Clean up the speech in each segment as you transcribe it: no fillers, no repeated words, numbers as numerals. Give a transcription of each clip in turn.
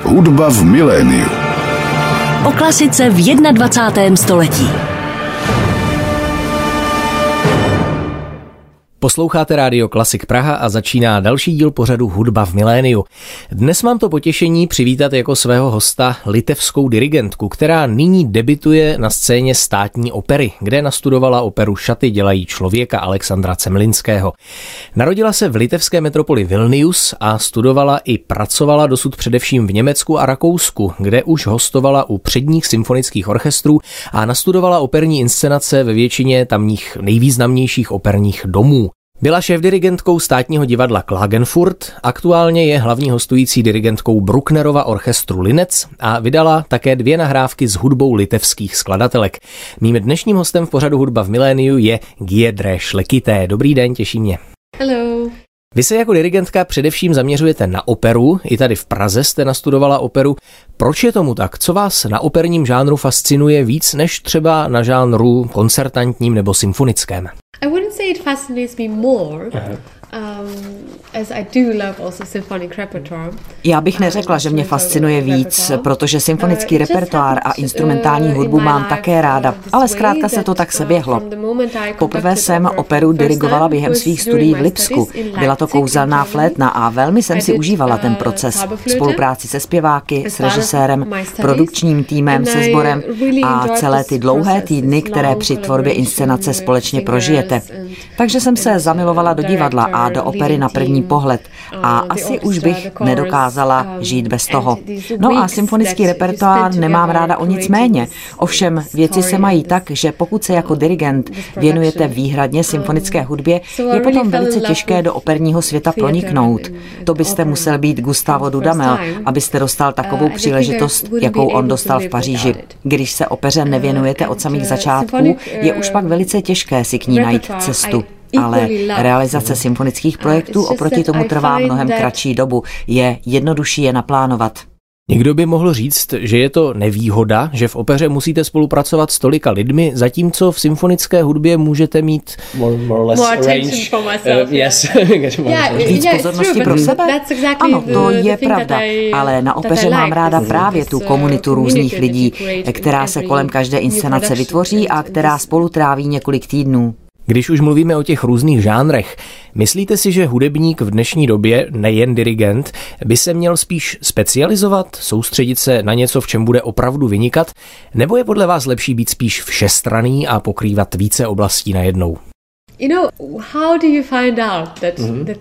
Hudba v miléniu. O klasice v 21. století. Posloucháte Rádio Klasik Praha a začíná další díl pořadu Hudba v miléniu. Dnes mám to potěšení přivítat jako svého hosta litevskou dirigentku, která nyní debutuje na scéně Státní opery, kde nastudovala operu Šaty dělají člověka Alexandra Cemlinského. Narodila se v litevské metropoli Vilnius a studovala i pracovala dosud především v Německu a Rakousku, kde už hostovala u předních symfonických orchestrů a nastudovala operní inscenace ve většině tamních nejvýznamnějších operních domů. Byla šéfdirigentkou Státního divadla Klagenfurt, aktuálně je hlavní hostující dirigentkou Brucknerova orchestru Linec a vydala také 2 nahrávky s hudbou litevských skladatelek. Mým dnešním hostem v pořadu Hudba v miléniu je Giedrė Šlekytė. Dobrý den, těší mě. Hello. Vy se jako dirigentka především zaměřujete na operu, i tady v Praze jste nastudovala operu. Proč je tomu tak? Co vás na operním žánru fascinuje víc než třeba na žánru koncertantním nebo symfonickém? I wouldn't say it fascinates me more, as I do love also symphonic repertoire. Já bych neřekla, že mě fascinuje víc, protože symfonický repertoár a instrumentální hudbu mám také ráda, ale zkrátka se to tak seběhlo. Poprvé jsem operu dirigovala během svých studií v Lipsku. Byla to kouzelná flétna a velmi jsem si užívala ten proces. Spolupráci se zpěváky, s režisérem, produkčním týmem, se sborem a celé ty dlouhé týdny, které při tvorbě inscenace společně prožijete. Takže jsem se zamilovala do divadla a do opery na první pohled a asi už bych nedokázala žít bez toho. No a symfonický repertoár nemám ráda o nic méně. Ovšem věci se mají tak, že pokud se jako dirigent věnujete výhradně symfonické hudbě, je potom velice těžké do operního světa proniknout. To byste musel být Gustavo Dudamel, abyste dostal takovou příležitost, jakou on dostal v Paříži. Když se opeře nevěnujete od samých začátků, je už pak velice těžké si k ní najít cestu. Ale realizace symfonických projektů oproti tomu trvá mnohem kratší dobu. Je jednodušší je naplánovat. Někdo by mohl říct, že je to nevýhoda, že v opeře musíte spolupracovat s tolika lidmi, zatímco v symfonické hudbě můžete mít víc pozornosti pro sebe. Ano, to je pravda, ale na opeře mám ráda právě tu komunitu různých lidí, která se kolem každé inscenace vytvoří a která spolu tráví několik týdnů. Když už mluvíme o těch různých žánrech, myslíte si, že hudebník v dnešní době, nejen dirigent, by se měl spíš specializovat, soustředit se na něco, v čem bude opravdu vynikat, nebo je podle vás lepší být spíš všestranný a pokrývat více oblastí najednou? You know, how do you find out that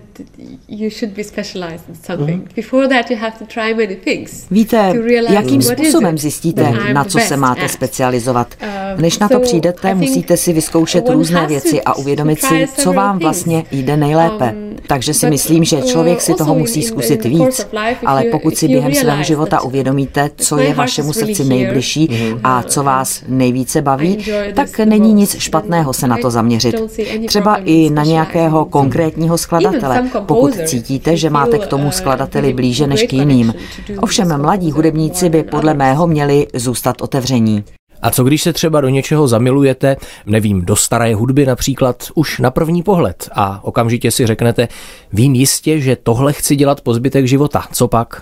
you should be specialized in something? Before that you have to try many things. Víte, jakým způsobem zjistíte, na co se máte specializovat? Než na to přijdete, musíte si vyzkoušet různé věci a uvědomit si, co vám vlastně jde nejlépe. Takže si myslím, že člověk si toho musí zkusit víc, ale pokud si během svého života uvědomíte, co je vašemu srdci nejbližší a co vás nejvíce baví, tak není nic špatného se na to zaměřit. Třeba i na nějakého konkrétního skladatele, pokud cítíte, že máte k tomu skladateli blíže než k jiným. Ovšem mladí hudebníci by podle mého měli zůstat otevření. A co když se třeba do něčeho zamilujete, nevím, do staré hudby například, už na první pohled a okamžitě si řeknete, vím jistě, že tohle chci dělat po zbytek života, co pak?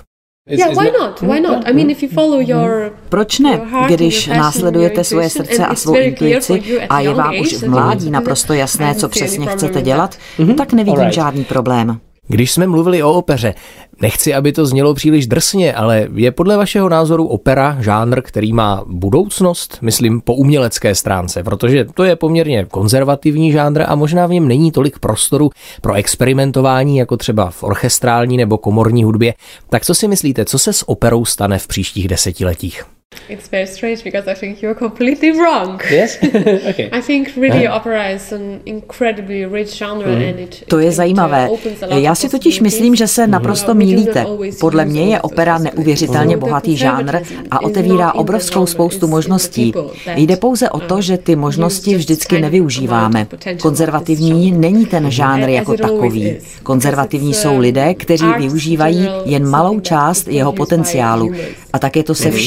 Why not? I mean, if you follow your Proč ne? Když následujete svoje srdce a svou intuici a je vám už v mládí naprosto jasné, co přesně chcete dělat, tak nevidím žádný problém. Když jsme mluvili o opeře, nechci, aby to znělo příliš drsně, ale je podle vašeho názoru opera žánr, který má budoucnost, myslím po umělecké stránce, protože to je poměrně konzervativní žánr a možná v něm není tolik prostoru pro experimentování, jako třeba v orchestrální nebo komorní hudbě. Tak co si myslíte, co se s operou stane v příštích desetiletích? It's very strange because I think you're completely wrong. Yes? Okay. I think really opera is an incredibly rich genre and it To je zajímavé. Já si totiž myslím, že se naprosto mýlíte. Podle mě je opera neuvěřitelně bohatý žánr a otevírá obrovskou spoustu možností. Jde pouze o to, že ty možnosti vždycky nevyužíváme. Konzervativní není ten žánr jako takový. Konzervativní jsou lidé, kteří využívají jen malou část jeho potenciálu. A tak je to se vším.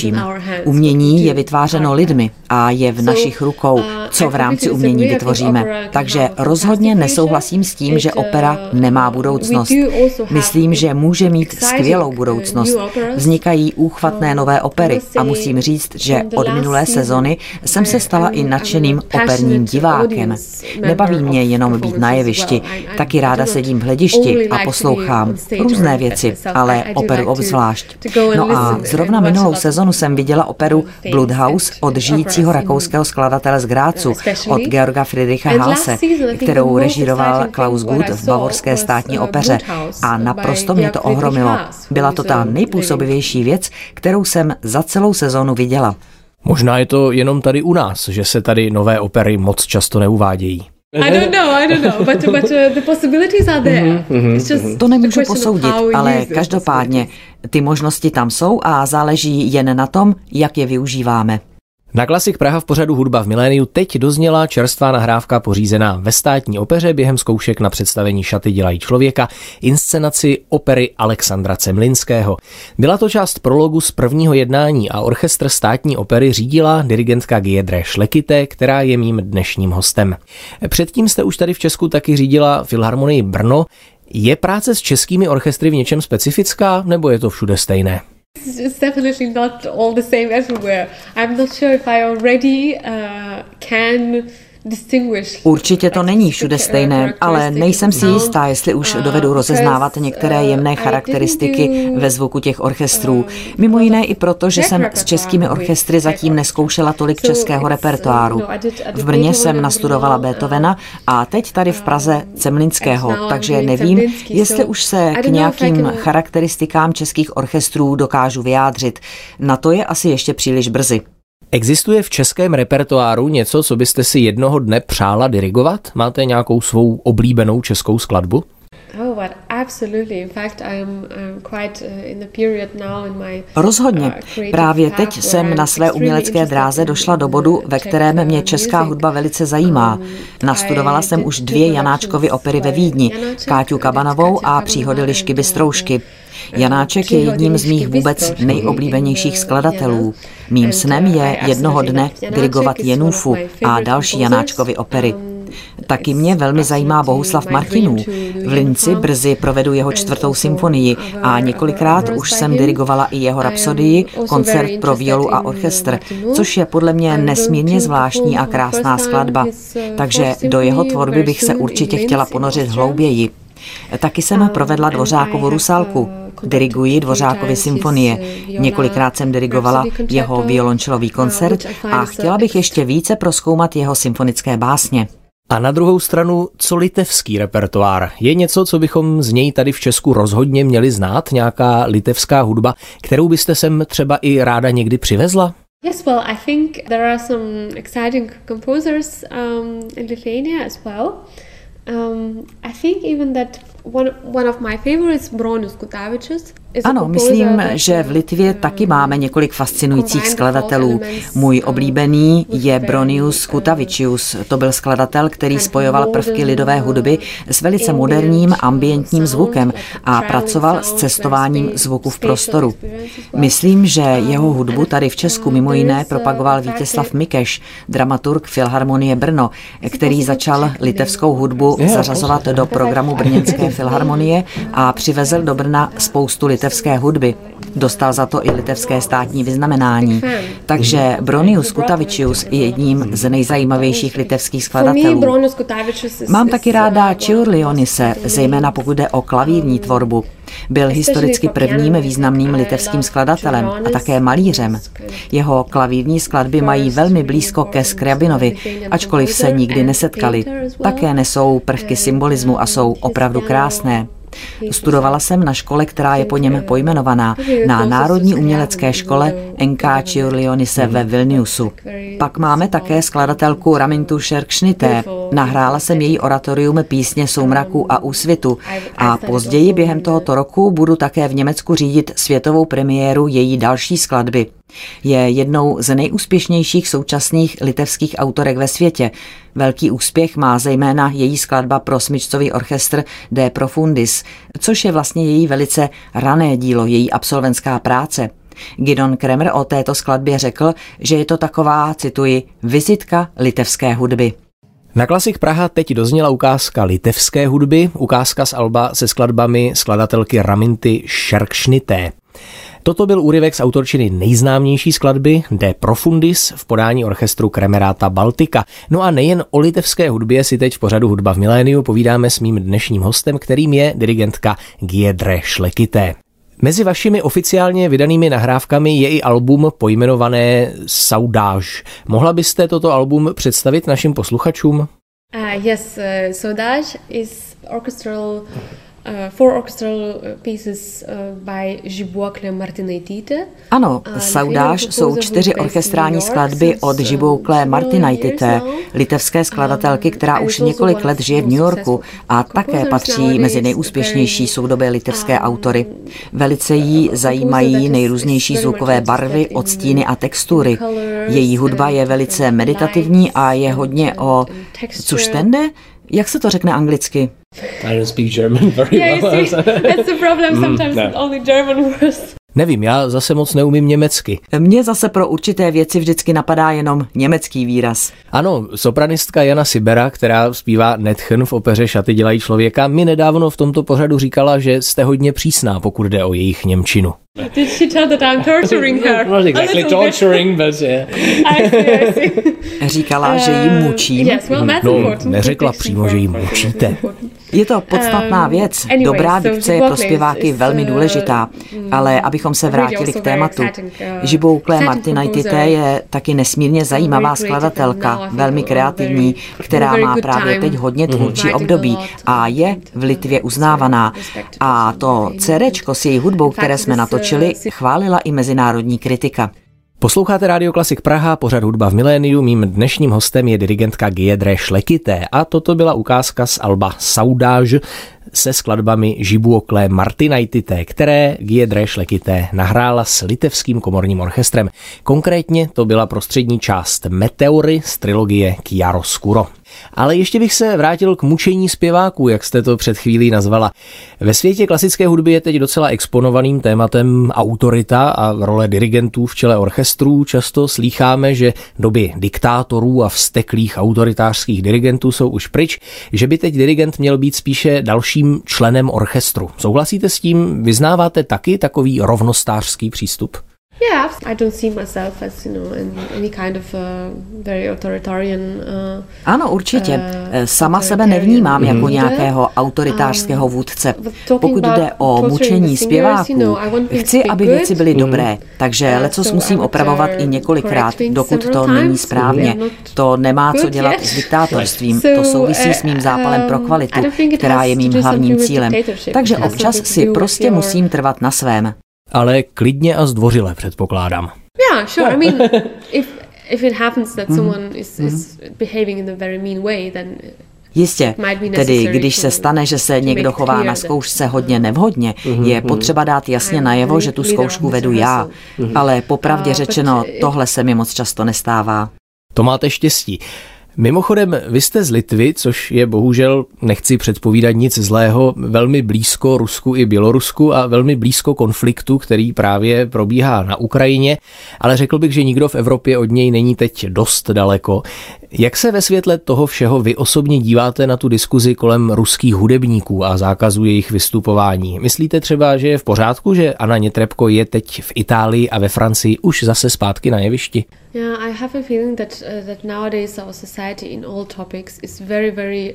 Umění je vytvářeno lidmi a je v našich rukou, co v rámci umění vytvoříme. Takže rozhodně nesouhlasím s tím, že opera nemá budoucnost. Myslím, že může mít skvělou budoucnost. Vznikají úchvatné nové opery a musím říct, že od minulé sezony jsem se stala i nadšeným operním divákem. Nebaví mě jenom být na jevišti, taky ráda sedím v hledišti a poslouchám různé věci, ale operu obzvlášť. No a zrovna minulou sezonu jsem viděla operu Bluthaus od žijícího rakouského skladatele z Grácu, od Georga Friedricha Halse, kterou režíroval Klaus Guth v Bavorské státní opeře a naprosto mě to ohromilo. Byla to ta nejpůsobivější věc, kterou jsem za celou sezonu viděla. Možná je to jenom tady u nás, že se tady nové opery moc často neuvádějí. I don't know, but the possibilities are there. To nemůžu posoudit, ale každopádně ty možnosti tam jsou a záleží jen na tom, jak je využíváme. Na Klasik Praha v pořadu Hudba v miléniu teď dozněla čerstvá nahrávka pořízená ve státní opeře během zkoušek na představení Šaty dělají člověka, inscenaci opery Alexandra Cemlinského. Byla to část prologu z prvního jednání a orchestr státní opery řídila dirigentka Giedre Šlekité, která je mým dnešním hostem. Předtím jste už tady v Česku taky řídila Filharmonii Brno. Je práce s českými orchestry v něčem specifická, nebo je to všude stejné? It's definitely not all the same everywhere. I'm not sure if I already can distinguish. Určitě to není všude stejné, ale nejsem si jistá, jestli už dovedu rozeznávat některé jemné charakteristiky ve zvuku těch orchestrů. Mimo jiné i proto, že jsem s českými orchestry zatím nezkoušela tolik českého repertoáru. V Brně jsem nastudovala Beethovena a teď tady v Praze Cemlinského, takže nevím, jestli už se k nějakým charakteristikám českých orchestrů dokážu vyjádřit. Na to je asi ještě příliš brzy. Existuje v českém repertoáru něco, co byste si jednoho dne přála dirigovat? Máte nějakou svou oblíbenou českou skladbu? Rozhodně. Právě teď jsem na své umělecké dráze došla do bodu, ve kterém mě česká hudba velice zajímá. Nastudovala jsem už 2 Janáčkovy opery ve Vídni, Káťu Kabanovou a Příhody Lišky Bystroušky. Janáček je jedním z mých vůbec nejoblíbenějších skladatelů. Mým snem je jednoho dne dirigovat Jenůfu a další Janáčkovy opery. Taky mě velmi zajímá Bohuslav Martinů. V Linci brzy provedu jeho 4. symfonii a několikrát už jsem dirigovala i jeho rapsodii, koncert pro violu a orchestr, což je podle mě nesmírně zvláštní a krásná skladba. Takže do jeho tvorby bych se určitě chtěla ponořit hlouběji. Taky jsem provedla Dvořákovu Rusálku. Diriguji Dvořákovy symfonie. Několikrát jsem dirigovala jeho violončelový koncert a chtěla bych ještě více prozkoumat jeho symfonické básně. A na druhou stranu, co litevský repertoár? Je něco, co bychom z něj tady v Česku rozhodně měli znát? Nějaká litevská hudba, kterou byste sem třeba i ráda někdy přivezla? Yes, well, I think there are some exciting composers in Lithuania as well. I think even that one of my favorites, Bronius Kutavičius. Ano, myslím, že v Litvě taky máme několik fascinujících skladatelů. Můj oblíbený je Bronius Kutavičius. To byl skladatel, který spojoval prvky lidové hudby s velice moderním ambientním zvukem a pracoval s cestováním zvuku v prostoru. Myslím, že jeho hudbu tady v Česku mimo jiné propagoval Vítězslav Mikeš, dramaturg Filharmonie Brno, který začal litevskou hudbu zařazovat do programu Brněnské filharmonie a přivezl do Brna spoustu litevské hudby. Dostal za to i litevské státní vyznamenání. Takže Bronius Kutavičius je jedním z nejzajímavějších litevských skladatelů. Mám taky ráda Čiurlionise, zejména pokud jde o klavírní tvorbu. Byl historicky prvním významným litevským skladatelem a také malířem. Jeho klavírní skladby mají velmi blízko ke Skriabinovi, ačkoliv se nikdy nesetkali. Také nesou prvky symbolismu a jsou opravdu krásné. Studovala jsem na škole, která je po něm pojmenovaná, na Národní umělecké škole NK Čiurlionise ve Vilniusu. Pak máme také skladatelku Ramintu Šerkšnité. Nahrála jsem její oratorium Písně soumraku a úsvitu a později během tohoto roku budu také v Německu řídit světovou premiéru její další skladby. Je jednou z nejúspěšnějších současných litevských autorek ve světě. Velký úspěch má zejména její skladba pro smyčcový orchestr De Profundis, což je vlastně její velice rané dílo, její absolventská práce. Gidon Kremer o této skladbě řekl, že je to taková, cituji, vizitka litevské hudby. Na Klasik Praha teď dozněla ukázka litevské hudby, ukázka z alba se skladbami skladatelky Raminty Šerkšnité. Toto byl úryvek z autorčiny nejznámější skladby De Profundis v podání orchestru Kremeráta Baltika. No a nejen o litevské hudbě si teď v pořadu Hudba v miléniu povídáme s mým dnešním hostem, kterým je dirigentka Giedre Šlekité. Mezi vašimi oficiálně vydanými nahrávkami je i album pojmenované Saudage. Mohla byste toto album představit našim posluchačům? Yes, Saudage is orchestral, 4 orchestral pieces by Žibuoklė Martinaitytė. Ano, Saudage jsou 4 orchestrální skladby od Žibuoklė Martinaitytė, litevské skladatelky, která už několik let žije v New Yorku a také patří mezi nejúspěšnější soudobé litevské autory. Velice jí zajímají nejrůznější zvukové barvy, odstíny a textury. Její hudba je velice meditativní a je hodně o cuštende. Jak se to řekne anglicky? I don't speak German very well. That's the problem, sometimes only German words. Nevím, já zase moc neumím německy. Mně zase pro určité věci vždycky napadá jenom německý výraz. Ano, sopranistka Jana Sibera, která zpívá Netchen v opeře Šaty dělají člověka, mi nedávno v tomto pořadu říkala, že jste hodně přísná, pokud jde o jejich němčinu. Did she tell that I'm torturing her? Not exactly torturing, but yeah. I see. Říkala, že ji mučím. Yes, well, that's important. Neřekla přímo, že ji mučíte. Je to podstatná věc. Dobrá dikce je pro zpěváky velmi důležitá, ale abychom se vrátili k tématu. Žibuoklė Martinaitytė je taky nesmírně zajímavá skladatelka, velmi kreativní, která má právě teď hodně tvůrčí období a je v Litvě uznávaná. A to CDčko s její hudbou, které jsme natočili, chválila i mezinárodní kritika. Posloucháte Rádio Klasik Praha, pořad Hudba v miléniu. Mým dnešním hostem je dirigentka Giedre Šlekité a toto byla ukázka z alba Saudage se skladbami Žibuoklė Martinaitytė, které Giedre Šlekité nahrála s litevským komorním orchestrem. Konkrétně to byla prostřední část Meteory z trilogie Chiaroscuro. Ale ještě bych se vrátil k mučení zpěváků, jak jste to před chvílí nazvala. Ve světě klasické hudby je teď docela exponovaným tématem autorita a role dirigentů v čele orchestrů. Často slýcháme, že doby diktátorů a vzteklých autoritářských dirigentů jsou už pryč, že by teď dirigent měl být spíše dalším členem orchestru. Souhlasíte s tím? Vyznáváte taky takový rovnostářský přístup? Yeah, I don't see myself as, any kind of very authoritarian. Ano, určitě. Sama sebe nevnímám jako nějakého autoritářského vůdce. Pokud jde o mučení zpěváků, chci, aby věci byly dobré, takže lecos musím opravovat i několikrát, dokud to není správně. To nemá co dělat s diktátorstvím, to souvisí s mým zápalem pro kvalitu, která je mým hlavním cílem. Takže občas si prostě musím trvat na svém. Ale klidně a zdvořile, předpokládám. Yeah, sure. I mean, if it happens that someone is behaving in a very mean way, then jistě, tedy když se stane, že se někdo chová na zkoušce hodně nevhodně, je potřeba dát jasně najevo, že tu zkoušku vedu já. Ale popravdě řečeno, tohle se mi moc často nestává. To máte štěstí. Mimochodem, vy jste z Litvy, což je bohužel, nechci předpovídat nic zlého, velmi blízko Rusku i Bělorusku a velmi blízko konfliktu, který právě probíhá na Ukrajině, ale řekl bych, že nikdo v Evropě od něj není teď dost daleko. Jak se ve světle toho všeho vy osobně díváte na tu diskuzi kolem ruských hudebníků a zákazu jejich vystupování? Myslíte třeba, že je v pořádku, že Anna Netrebko je teď v Itálii a ve Francii už zase zpátky na jevišti? Yeah, I have a feeling that nowadays our society in all topics is very, very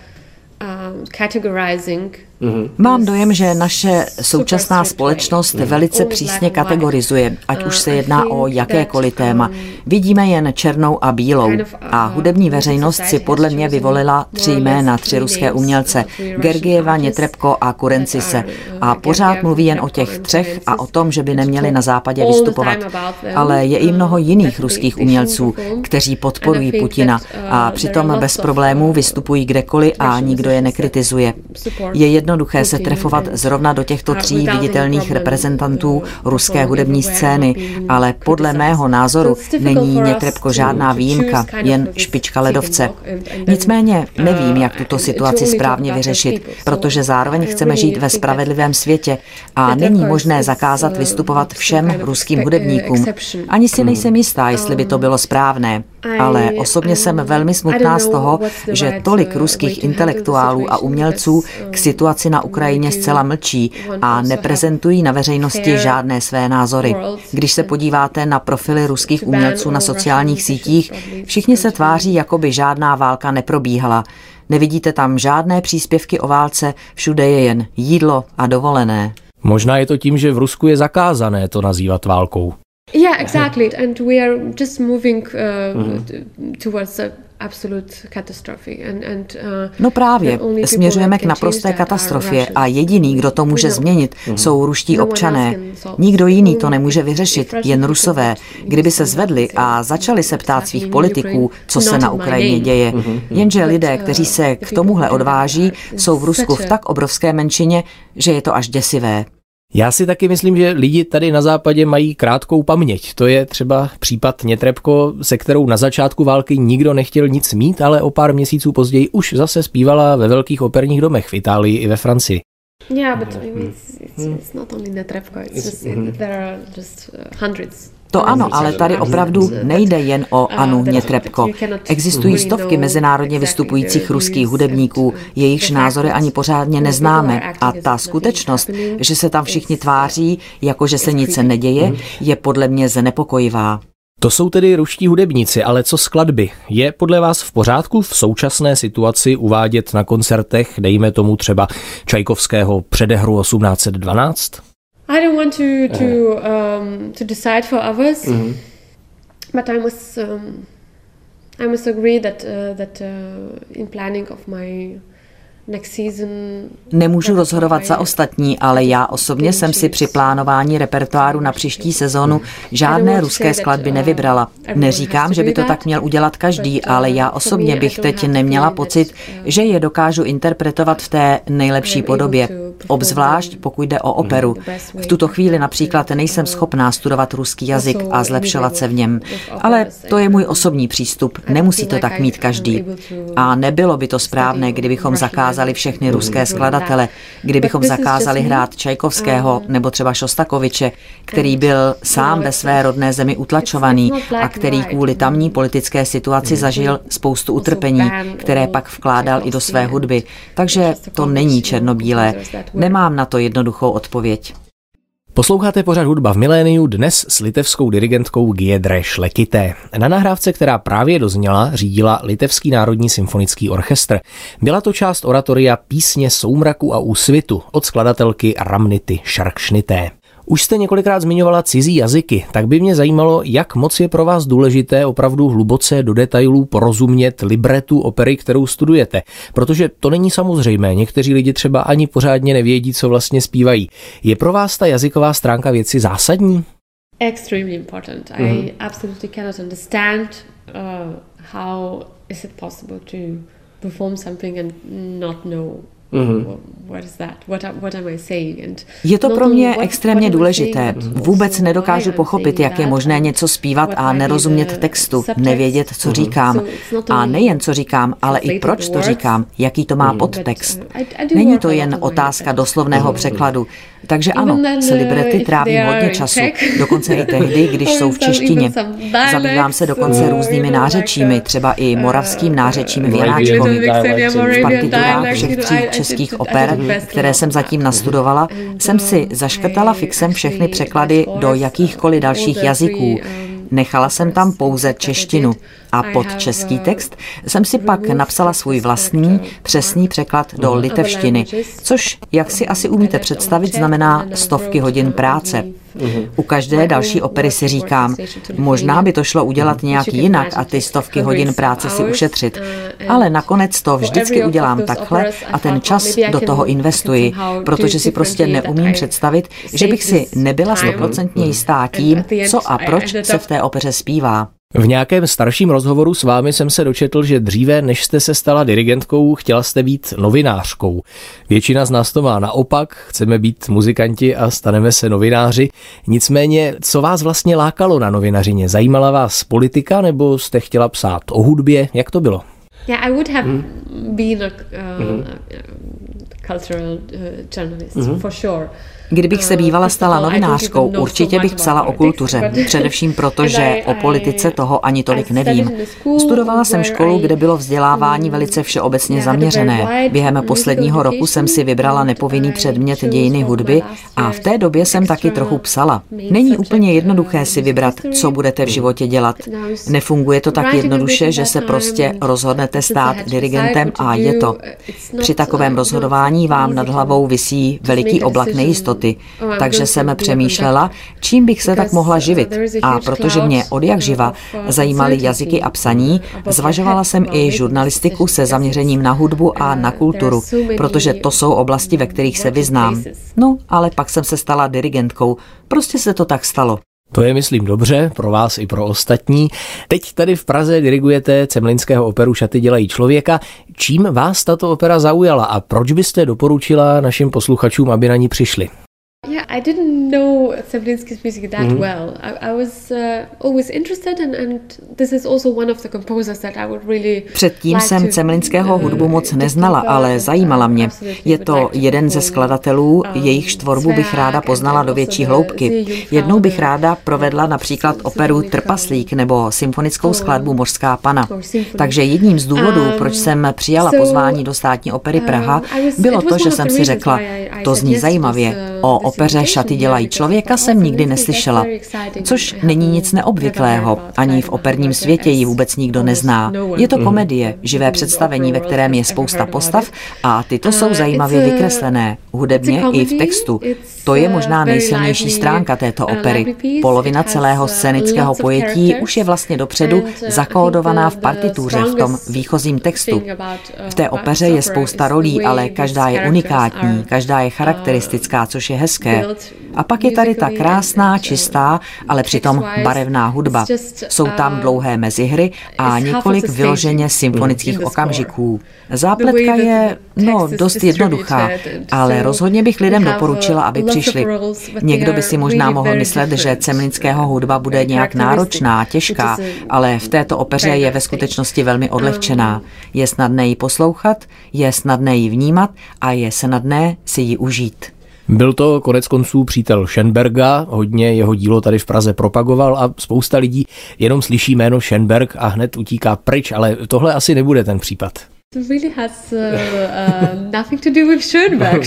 categorizing. Mám dojem, že naše současná společnost velice přísně kategorizuje, ať už se jedná o jakékoliv téma. Vidíme jen černou a bílou. A hudební veřejnost si podle mě vyvolila 3 jména, 3 ruské umělce, Gergieva, Netrebko a Kurencise. A pořád mluví jen o těch 3 a o tom, že by neměli na západě vystupovat. Ale je i mnoho jiných ruských umělců, kteří podporují Putina a přitom bez problémů vystupují kdekoliv a nikdo je nekritizuje. Je jedno, jednoduché se trefovat zrovna do těchto 3 viditelných reprezentantů ruské hudební scény, ale podle mého názoru není Nětrebko žádná výjimka, jen špička ledovce. Nicméně nevím, jak tuto situaci správně vyřešit, protože zároveň chceme žít ve spravedlivém světě a není možné zakázat vystupovat všem ruským hudebníkům. Ani si nejsem jistá, jestli by to bylo správné, ale osobně jsem velmi smutná z toho, že tolik ruských intelektuálů a umělců k situaci na Ukrajině zcela mlčí a neprezentují na veřejnosti žádné své názory. Když se podíváte na profily ruských umělců na sociálních sítích, všichni se tváří, jako by žádná válka neprobíhala. Nevidíte tam žádné příspěvky o válce, všude je jen jídlo a dovolené. Možná je to tím, že v Rusku je zakázané to nazývat válkou. Yeah, exactly. And we are just moving towards absolute catastrophe. No právě, směřujeme k naprosté katastrofě a jediný, kdo to může změnit, jsou ruští občané. Nikdo jiný to nemůže vyřešit, jen Rusové. Kdyby se zvedli a začali se ptát svých politiků, co se na Ukrajině děje. Jenže lidé, kteří se k tomuhle odváží, jsou v Rusku v tak obrovské menšině, že je to až děsivé. Já si taky myslím, že lidi tady na západě mají krátkou paměť. To je třeba případ Nětrebko, se kterou na začátku války nikdo nechtěl nic mít, ale o pár měsíců později už zase zpívala ve velkých operních domech v Itálii i ve Francii. Yeah, but it's not only Nětrebko, there are just hundreds. To ano, ale tady opravdu nejde jen o Anu Nětrebko. Existují stovky mezinárodně vystupujících ruských hudebníků, jejichž názory ani pořádně neznáme. A ta skutečnost, že se tam všichni tváří, jako že se nic neděje, je podle mě znepokojivá. To jsou tedy ruští hudebníci, ale co skladby? Je podle vás v pořádku v současné situaci uvádět na koncertech, dejme tomu třeba Čajkovského Předehru 1812? I don't want to decide for others, but I must agree that in planning of my next season. Nemůžu rozhodovat za ostatní, ale já osobně jsem si při plánování repertoáru na příští sezónu žádné ruské skladby nevybrala. Neříkám, že by to tak měl udělat každý, ale já osobně bych teď neměla pocit, že je dokážu interpretovat v té nejlepší podobě. Obzvlášť pokud jde o operu. V tuto chvíli například nejsem schopná studovat ruský jazyk a zlepšovat se v něm. Ale to je můj osobní přístup. Nemusí to tak mít každý. A nebylo by to správné, kdybychom zakázali všechny ruské skladatele, kdybychom zakázali hrát Čajkovského nebo třeba Šostakoviče, který byl sám ve své rodné zemi utlačovaný a který kvůli tamní politické situaci zažil spoustu utrpení, které pak vkládal i do své hudby. Takže to není černobílé. Nemám na to jednoduchou odpověď. Posloucháte pořad Hudba v miléniu dnes s litevskou dirigentkou Giedre Šlekité. Na nahrávce, která právě dozněla, řídila Litevský národní symfonický orchestr. Byla to část oratoria Písně soumraku a úsvitu od skladatelky Ramnity Šarkšnité. Už jste několikrát zmiňovala cizí jazyky, tak by mě zajímalo, jak moc je pro vás důležité opravdu hluboce do detailů porozumět libretu opery, kterou studujete, protože to není samozřejmé, někteří lidi třeba ani pořádně nevědí, co vlastně zpívají. Je pro vás ta jazyková stránka věci zásadní? Extremely important. I absolutely cannot understand how is it possible to perform something and not know Je to pro mě extrémně důležité. Vůbec nedokážu pochopit, jak je možné něco zpívat a nerozumět textu, nevědět, co říkám. A nejen co říkám, ale i proč to říkám, jaký to má podtext. Není to jen otázka doslovného překladu. Takže ano, s librety trávím hodně času, dokonce i tehdy, když jsou v češtině. Zabývám se dokonce různými nářečími, třeba i moravským nářečím v Janáčkovi. V partiturách všech 3 českých oper, které jsem zatím nastudovala, jsem si zaškrtala fixem všechny překlady do jakýchkoliv dalších jazyků. Nechala jsem tam pouze češtinu a pod český text jsem si pak napsala svůj vlastní, přesný překlad do litevštiny, což, jak si asi umíte představit, znamená stovky hodin práce. U každé další opery si říkám, možná by to šlo udělat nějak jinak a ty stovky hodin práce si ušetřit, ale nakonec to vždycky udělám takhle a ten čas do toho investuji, protože si prostě neumím představit, že bych si nebyla 100% jistá tím, co a proč se v té opeře zpívá. V nějakém starším rozhovoru s vámi jsem se dočetl, že dříve, než jste se stala dirigentkou, chtěla jste být novinářkou. Většina z nás to má naopak, chceme být muzikanti a staneme se novináři. Nicméně, co vás vlastně lákalo na novinařině? Zajímala vás politika nebo jste chtěla psát o hudbě? Jak to bylo? Yeah, I would have been a cultural journalist, for sure. Kdybych se bývala stala novinářkou, určitě bych psala o kultuře, především proto, že o politice toho ani tolik nevím. Studovala jsem školu, kde bylo vzdělávání velice všeobecně zaměřené. Během posledního roku jsem si vybrala nepovinný předmět dějiny hudby a v té době jsem taky trochu psala. Není úplně jednoduché si vybrat, co budete v životě dělat. Nefunguje to tak jednoduše, že se prostě rozhodnete stát dirigentem a je to. Při takovém rozhodování vám nad hlavou visí veliký oblak nejistoty. Takže jsem přemýšlela, čím bych se tak mohla živit. A protože mě odjakživa zajímaly jazyky a psaní, zvažovala jsem i žurnalistiku se zaměřením na hudbu a na kulturu, protože to jsou oblasti, ve kterých se vyznám. No, ale pak jsem se stala dirigentkou. Prostě se to tak stalo. To je, myslím, dobře, pro vás i pro ostatní. Teď tady v Praze dirigujete Cemlinského operu Šaty dělají člověka. Čím vás tato opera zaujala a proč byste doporučila našim posluchačům, aby na ní přišli? Yeah, I didn't know Cemlinsky's music that well. I was always interested and this is also one of the composers that I would really. Předtím jsem Cemlinského hudbu moc neznala, ale zajímala mě. Je to jeden ze skladatelů, jejichž tvorbu bych ráda poznala do větší hloubky. Jednou bych ráda provedla například operu Trpaslík nebo symfonickou skladbu Mořská Pana. Takže jedním z důvodů, proč jsem přijala pozvání do Státní opery Praha, bylo to, že jsem si řekla, to zní zajímavě. O opeře Šaty dělají člověka jsem nikdy neslyšela, což není nic neobvyklého, ani v operním světě ji vůbec nikdo nezná. Je to komedie, živé představení, ve kterém je spousta postav a tyto jsou zajímavě vykreslené, hudebně i v textu. To je možná nejsilnější stránka této opery. Polovina celého scénického pojetí už je vlastně dopředu zakódovaná v partituře, v tom výchozím textu. V té opeře je spousta rolí, ale každá je unikátní, každá je charakteristická, což je hezké. A pak je tady ta krásná, čistá, ale přitom barevná hudba. Jsou tam dlouhé mezihry a několik vyloženě symfonických okamžiků. Zápletka je, dost jednoduchá, ale rozhodně bych lidem doporučila, aby přišli. Někdo by si možná mohl myslet, že Cemlinského hudba bude nějak náročná, těžká, ale v této opeře je ve skutečnosti velmi odlehčená. Je snadné ji poslouchat, je snadné ji vnímat a je snadné si ji užít. Byl to konec konců přítel Schönberga, hodně jeho dílo tady v Praze propagoval a spousta lidí jenom slyší jméno Schönberg a hned utíká pryč, ale tohle asi nebude ten případ. It really has nothing to do with Schönberg.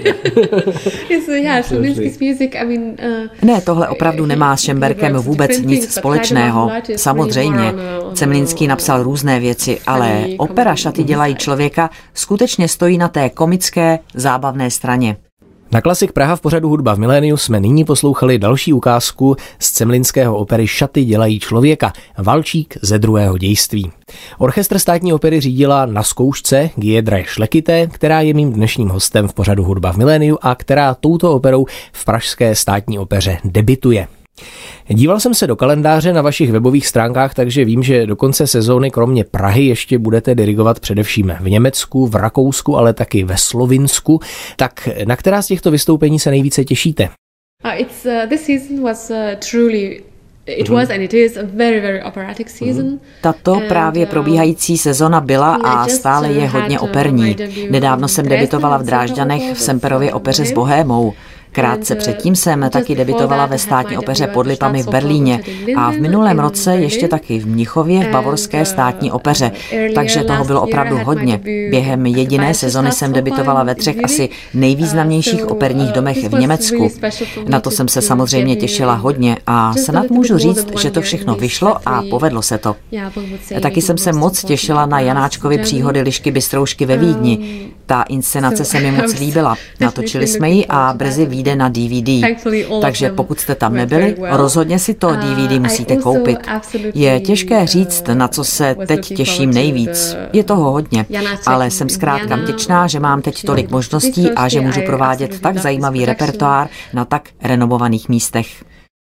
Cemlinsky's music, Ne, tohle opravdu nemá s Schönbergem vůbec nic společného. Samozřejmě, Cemlinský napsal různé věci, ale opera Šaty dělají člověka skutečně stojí na té komické, zábavné straně. Na Klasik Praha v pořadu Hudba v miléniu jsme nyní poslouchali další ukázku z Cemlinského opery Šaty dělají člověka, Valčík ze druhého dějství. Orchestr Státní opery řídila na zkoušce Giedre Šlekité, která je mým dnešním hostem v pořadu Hudba v miléniu a která touto operou v pražské Státní opeře debituje. Díval jsem se do kalendáře na vašich webových stránkách, takže vím, že do konce sezóny kromě Prahy ještě budete dirigovat především v Německu, v Rakousku, ale taky ve Slovinsku. Tak na která z těchto vystoupení se nejvíce těšíte? This season was truly It was and it is a very, very operatic season. Tato právě probíhající sezona byla a stále je hodně operní. Nedávno jsem debitovala v Drážďanech v Semperově opeře s Bohémou. Krátce předtím jsem taky debitovala ve Státní opeře Pod Lipami v Berlíně a v minulém roce ještě taky v Mnichově v Bavorské Státní opeře, takže toho bylo opravdu hodně. Během jediné sezony jsem debitovala ve 3 asi nejvýznamnějších operních domech v Německu. Na to jsem se samozřejmě těšila hodně a snad můžu říct, že to všechno vyšlo a povedlo se to. Taky jsem se moc těšila na Janáčkovy příhody Lišky Bystroušky ve Vídni. Ta inscenace se mi moc líbila. Natočili jsme ji a brzy vyjde na DVD. Takže pokud jste tam nebyli, rozhodně si to DVD musíte koupit. Je těžké říct, na co se teď těším nejvíc. Je toho hodně, ale jsem zkrátka vděčná, že mám teď tolik možností a že můžu provádět tak zajímavý repertoár na tak renomovaných místech.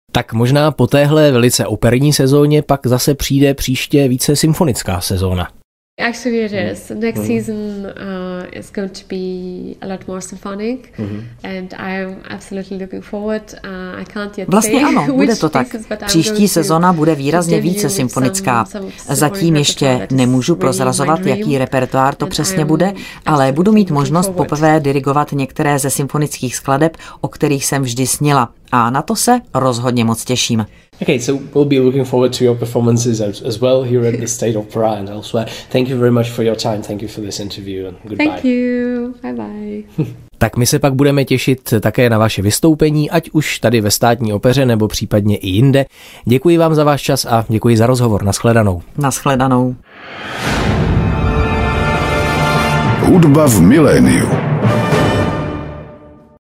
Tak možná po téhle velice operní sezóně pak zase přijde příště více symfonická sezóna. Actually it is. Next season is going to be a lot more symphonic and I'm absolutely looking forward. I can't yet Vlastně say ano, bude to tak. Příští sezona bude výrazně více symfonická. Zatím ještě nemůžu prozrazovat, jaký repertoár to přesně bude, ale budu mít možnost poprvé dirigovat některé ze symfonických skladeb, o kterých jsem vždy snila. A na to se rozhodně moc těším. Okay, so we'll be looking forward to your performances as well here at the State Opera and elsewhere. Thank you very much for your time. Thank you for this interview and goodbye. Thank you. Bye bye. Tak my se pak budeme těšit také na vaše vystoupení, ať už tady ve Státní opeře nebo případně i jinde. Děkuji vám za váš čas a děkuji za rozhovor. Nashledanou. Nashledanou. Hudba v miléniu.